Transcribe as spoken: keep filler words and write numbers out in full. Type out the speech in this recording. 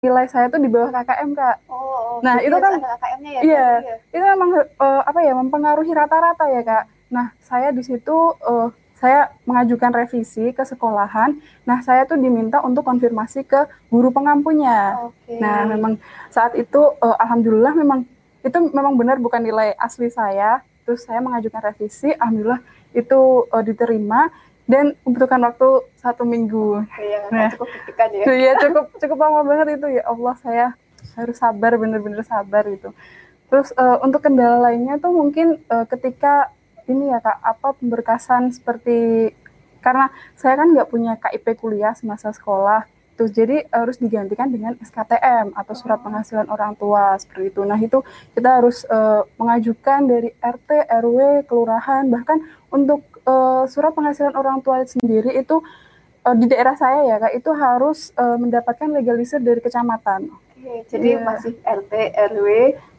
nilai saya tuh di bawah K K M, Kak. Oh, Nah, jadi itu harus kan ada K K M-nya ya, iya, berarti ya? itu memang, eee, apa ya, mempengaruhi rata-rata ya, Kak. Nah, saya di situ, eee, saya mengajukan revisi ke sekolahan. Nah, saya tuh diminta untuk konfirmasi ke guru pengampunya. Oke. Nah, memang saat itu, eee, alhamdulillah memang itu memang benar bukan nilai asli saya, terus saya mengajukan revisi, alhamdulillah itu, eee, diterima dan membutuhkan waktu satu minggu. Oke, ya Kakak Nah, cukup deg-degan ya? iya cukup cukup lama banget itu, ya Allah saya harus sabar, bener-bener sabar gitu. Terus, eee, untuk kendala lainnya tuh mungkin, eee, ketika ini ya, Kak, apa, pemberkasan seperti karena saya kan nggak punya K I P kuliah semasa sekolah, terus jadi harus digantikan dengan S K T M atau surat Oh. penghasilan orang tua, seperti itu. Nah, itu kita harus, eee, mengajukan dari R T, R W, kelurahan, bahkan untuk, eee, surat penghasilan orang tua sendiri itu, eee, di daerah saya ya, Kak, itu harus, eee, mendapatkan legalisir dari kecamatan. Oke, jadi Iya. masih R T, R W,